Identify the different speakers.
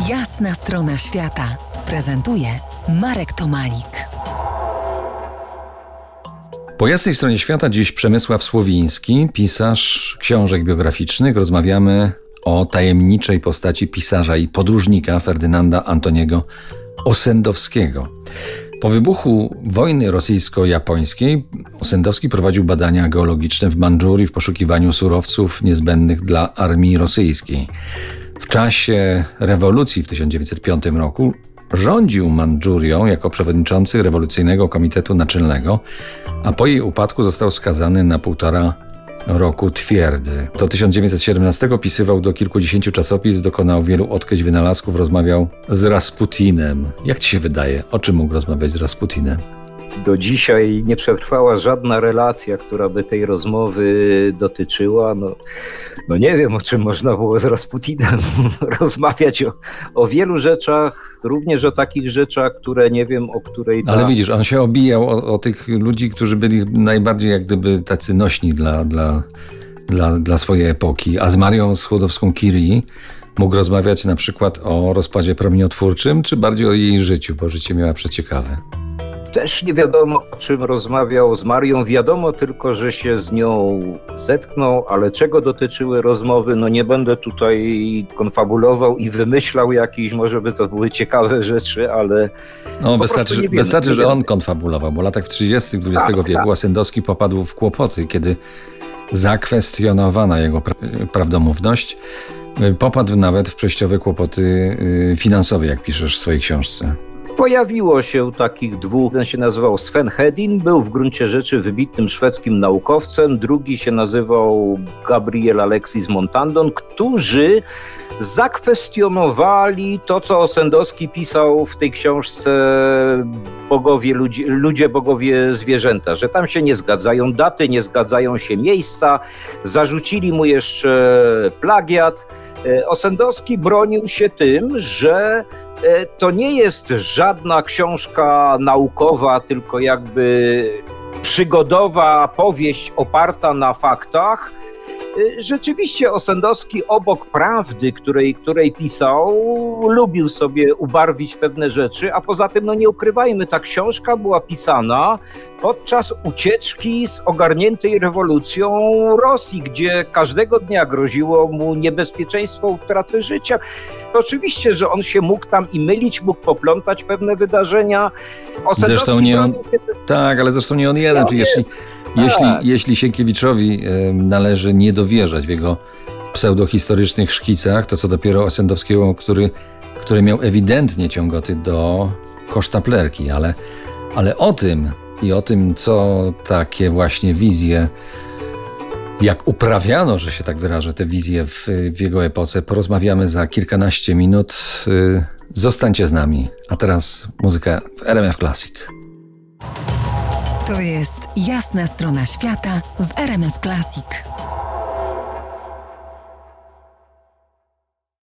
Speaker 1: Jasna strona świata prezentuje Marek Tomalik.
Speaker 2: Po jasnej stronie świata dziś Przemysław Słowiński, pisarz książek biograficznych. Rozmawiamy o tajemniczej postaci pisarza i podróżnika Ferdynanda Antoniego Ossendowskiego. Po wybuchu wojny rosyjsko-japońskiej Ossendowski prowadził badania geologiczne w Mandżurii w poszukiwaniu surowców niezbędnych dla armii rosyjskiej. W czasie rewolucji w 1905 roku rządził Mandżurią jako przewodniczący rewolucyjnego komitetu naczelnego, a po jej upadku został skazany na 1,5 roku twierdzy. Do 1917 pisywał do kilkudziesięciu czasopism, dokonał wielu odkryć, wynalazków, rozmawiał z Rasputinem. Jak ci się wydaje, o czym mógł rozmawiać z Rasputinem?
Speaker 3: Do dzisiaj nie przetrwała żadna relacja, która by tej rozmowy dotyczyła. No nie wiem, o czym można było z Rasputinem rozmawiać, o wielu rzeczach, również o takich rzeczach, które nie wiem, o której...
Speaker 2: Ale widzisz, on się obijał o tych ludzi, którzy byli najbardziej jak gdyby tacy nośni dla swojej epoki. A z Marią Skłodowską-Curie mógł rozmawiać na przykład o rozpadzie promieniotwórczym, czy bardziej o jej życiu, bo życie miała przeciekawe.
Speaker 3: Też nie wiadomo, o czym rozmawiał z Marią. Wiadomo tylko, że się z nią zetknął, ale czego dotyczyły rozmowy, nie będę tutaj konfabulował i wymyślał jakieś, może by to były ciekawe rzeczy, ale...
Speaker 2: Wystarczy, że on konfabulował, bo w latach 30. XX wieku Ossendowski popadł w kłopoty, kiedy zakwestionowano jego prawdomówność. Popadł nawet w przejściowe kłopoty finansowe, jak piszesz w swojej książce.
Speaker 3: Pojawiło się takich dwóch. Jeden się nazywał Sven Hedin, był w gruncie rzeczy wybitnym szwedzkim naukowcem. Drugi się nazywał Gabriel Alexis Montandon, którzy zakwestionowali to, co Ossendowski pisał w tej książce Ludzie, bogowie, zwierzęta, że tam się nie zgadzają daty, nie zgadzają się miejsca. Zarzucili mu jeszcze plagiat. Ossendowski bronił się tym, że to nie jest żadna książka naukowa, tylko jakby przygodowa powieść oparta na faktach. Rzeczywiście Ossendowski obok prawdy, której pisał, lubił sobie ubarwić pewne rzeczy, a poza tym, nie ukrywajmy, ta książka była pisana podczas ucieczki z ogarniętej rewolucją Rosji, gdzie każdego dnia groziło mu niebezpieczeństwo utraty życia. Oczywiście, że on się mógł tam i mylić, mógł poplątać pewne wydarzenia.
Speaker 2: Zresztą nie on, tak, ale zresztą nie on jeden. Jeśli Sienkiewiczowi należy nie dowierzać w jego pseudohistorycznych szkicach, to co dopiero Ossendowskiego, który miał ewidentnie ciągoty do hochsztaplerki, ale o tym, co takie właśnie wizje, jak uprawiano, że się tak wyrażę, te wizje w jego epoce, porozmawiamy za kilkanaście minut. Zostańcie z nami. A teraz muzyka w RMF Classic.
Speaker 1: To jest Jasna strona świata w RMF Classic.